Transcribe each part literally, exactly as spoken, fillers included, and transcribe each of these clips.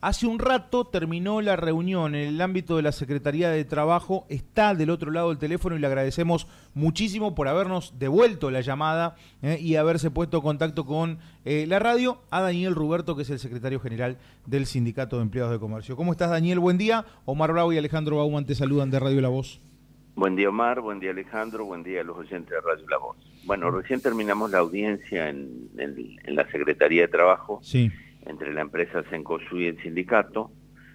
Hace un rato terminó la reunión en el ámbito de la Secretaría de Trabajo, está del otro lado del teléfono y le agradecemos muchísimo por habernos devuelto la llamada eh, y haberse puesto en contacto con eh, la radio, a Daniel Ruberto, que es el secretario general del Sindicato de Empleados de Comercio. ¿Cómo estás, Daniel? Buen día. Omar Bravo y Alejandro Bauman te saludan de Radio La Voz. Buen día, Omar, buen día, Alejandro, buen día a los oyentes de Radio La Voz. Bueno, recién terminamos la audiencia en, en, en la Secretaría de Trabajo, sí, entre la empresa Cencosud y el sindicato.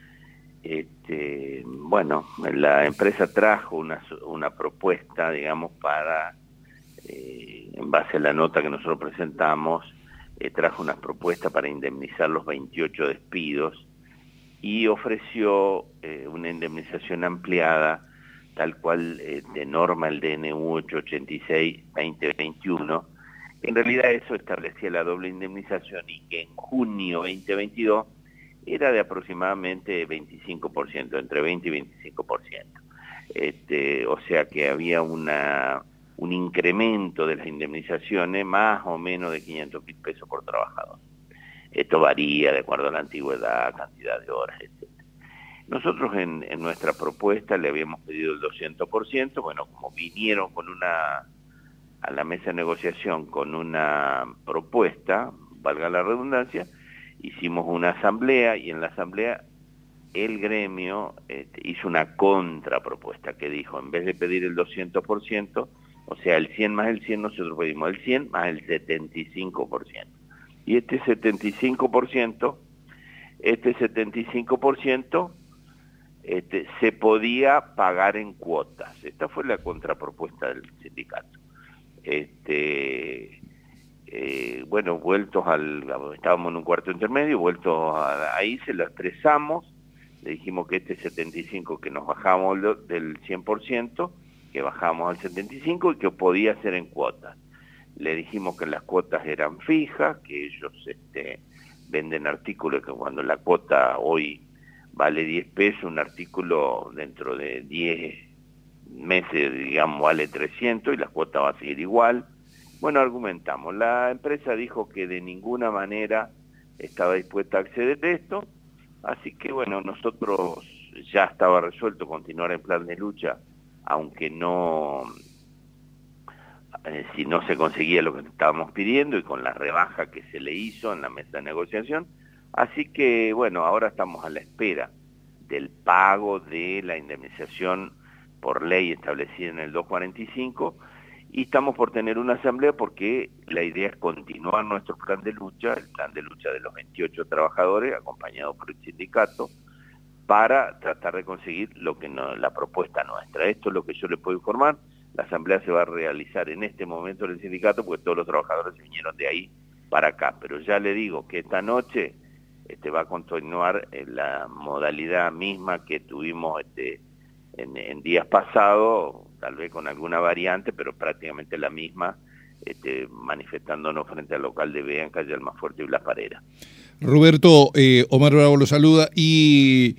Este, bueno, la empresa trajo una, una propuesta, digamos, para, eh, en base a la nota que nosotros presentamos, eh, trajo una propuesta para indemnizar los veintiocho despidos y ofreció eh, una indemnización ampliada, tal cual eh, de norma el D N U ochocientos ochenta y seis guión veinte veintiuno. En realidad eso establecía la doble indemnización y que en junio veinte veintidós era de aproximadamente veinticinco por ciento, entre veinte y veinticinco por ciento. Este, o sea que había una un incremento de las indemnizaciones más o menos de quinientos mil pesos por trabajador. Esto varía de acuerdo a la antigüedad, cantidad de horas, etcétera. Nosotros en, en nuestra propuesta le habíamos pedido el doscientos por ciento, bueno, como vinieron con una a la mesa de negociación con una propuesta, valga la redundancia, hicimos una asamblea y en la asamblea el gremio este, hizo una contrapropuesta que dijo, en vez de pedir el doscientos por ciento, o sea, el cien más el cien, nosotros pedimos el cien más el setenta y cinco por ciento. Y este setenta y cinco por ciento, este setenta y cinco por ciento este, se podía pagar en cuotas. Esta fue la contrapropuesta del sindicato. Este, eh, bueno, vueltos al, estábamos en un cuarto intermedio, vueltos a, ahí se lo expresamos, le dijimos que este setenta y cinco que nos bajamos lo, del cien por ciento, que bajamos al setenta y cinco y que podía ser en cuotas. Le dijimos que las cuotas eran fijas, que ellos este, venden artículos que cuando la cuota hoy vale diez pesos, un artículo dentro de diez meses, digamos, vale trescientos y la cuota va a seguir igual. Bueno, argumentamos. La empresa dijo que de ninguna manera estaba dispuesta a acceder a esto, así que bueno, nosotros ya estaba resuelto continuar en plan de lucha, aunque no, eh, si no se conseguía lo que estábamos pidiendo y con la rebaja que se le hizo en la mesa de negociación. Así que bueno, ahora estamos a la espera del pago de la indemnización por ley establecida en el doscientos cuarenta y cinco y estamos por tener una asamblea porque la idea es continuar nuestro plan de lucha, el plan de lucha de los veintiocho trabajadores acompañado por el sindicato para tratar de conseguir lo que no, la propuesta nuestra. Esto es lo que yo les puedo informar. La asamblea se va a realizar en este momento en el sindicato porque todos los trabajadores se vinieron de ahí para acá, pero ya le digo que esta noche este, va a continuar en la modalidad misma que tuvimos este, En, en días pasados, tal vez con alguna variante, pero prácticamente la misma, este, manifestándonos frente al local de B E A en calle Almafuerte y Blas Parera. Roberto, eh, Omar Bravo lo saluda y,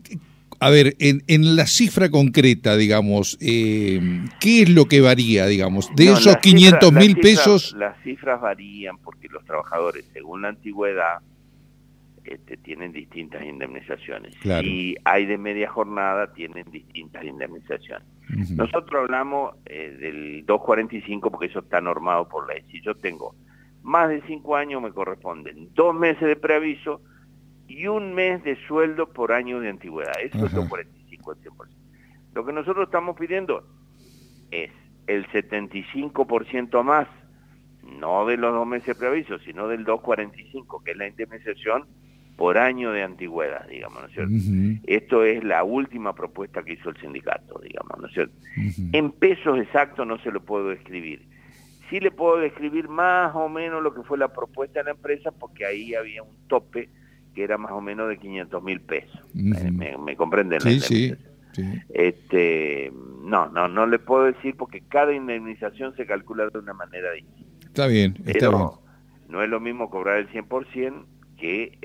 a ver, en, en la cifra concreta, digamos, eh, ¿qué es lo que varía, digamos? De no, esos quinientos mil pesos... Las cifras varían porque los trabajadores, según la antigüedad, Este, tienen distintas indemnizaciones. Claro. Si hay de media jornada, tienen distintas indemnizaciones. Uh-huh. Nosotros hablamos eh, del doscientos cuarenta y cinco porque eso está normado por ley. Si yo tengo más de cinco años, me corresponden dos meses de preaviso y un mes de sueldo por año de antigüedad. Eso uh-huh. es doscientos cuarenta y cinco al cien por ciento. Lo que nosotros estamos pidiendo es el setenta y cinco por ciento más, no de los dos meses de preaviso, sino del doscientos cuarenta y cinco, que es la indemnización por año de antigüedad, digamos, ¿no es cierto? Uh-huh. Esto es la última propuesta que hizo el sindicato, digamos, ¿no es cierto? Uh-huh. En pesos exactos no se lo puedo describir. Sí le puedo describir más o menos lo que fue la propuesta de la empresa, porque ahí había un tope que era más o menos de quinientos mil pesos. Uh-huh. ¿Me, me comprenden? Sí, sí, sí. Este, no, no, no le puedo decir porque cada indemnización se calcula de una manera distinta. Está bien, está Pero bien. No es lo mismo cobrar el cien por ciento que el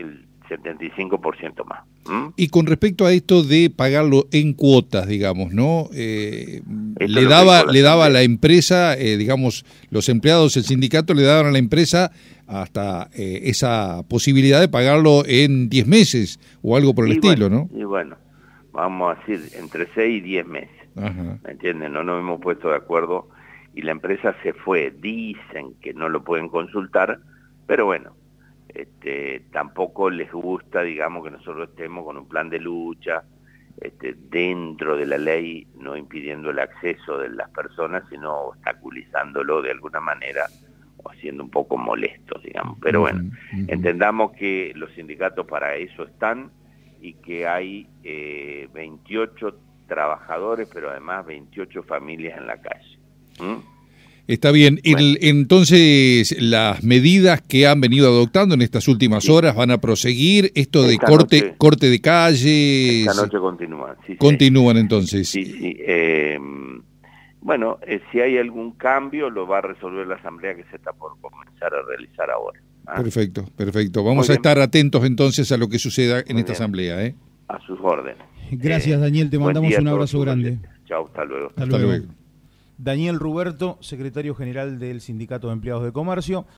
setenta y cinco por ciento más. ¿Mm? Y con respecto a esto de pagarlo en cuotas, digamos, ¿no? Eh, le lo daba, la le daba a la empresa, eh, digamos, los empleados, el sindicato le daban a la empresa hasta eh, esa posibilidad de pagarlo en diez meses o algo por el y estilo, bueno, ¿no? Y bueno, vamos a decir, entre seis y diez meses. Ajá. ¿Me entienden? No nos hemos puesto de acuerdo y la empresa se fue. Dicen que no lo pueden consultar, pero bueno, este, tampoco les gusta, digamos, que nosotros estemos con un plan de lucha este, dentro de la ley, no impidiendo el acceso de las personas, sino obstaculizándolo de alguna manera o siendo un poco molestos, digamos. Pero bueno, Uh-huh, uh-huh. entendamos que los sindicatos para eso están y que hay eh, veintiocho trabajadores, pero además veintiocho familias en la calle. ¿Mm? Está bien. Bueno. El, entonces, las medidas que han venido adoptando en estas últimas Sí. horas van a proseguir. Esto de Esta corte noche- corte de calles. Esta noche continúan. Sí, sí. Continúan entonces. Sí, sí. Eh, bueno, eh, si hay algún cambio, lo va a resolver la asamblea que se está por comenzar a realizar ahora. ¿Ah? Perfecto, perfecto. Vamos Muy a bien. estar atentos entonces a lo que suceda en Muy esta bien. asamblea, ¿eh? A sus órdenes. Gracias, Eh, Daniel, te buen mandamos día a un todos abrazo sus grande. oyentes. Chao, hasta luego. Hasta Hasta luego. luego. Daniel Ruberto, secretario general del Sindicato de Empleados de Comercio.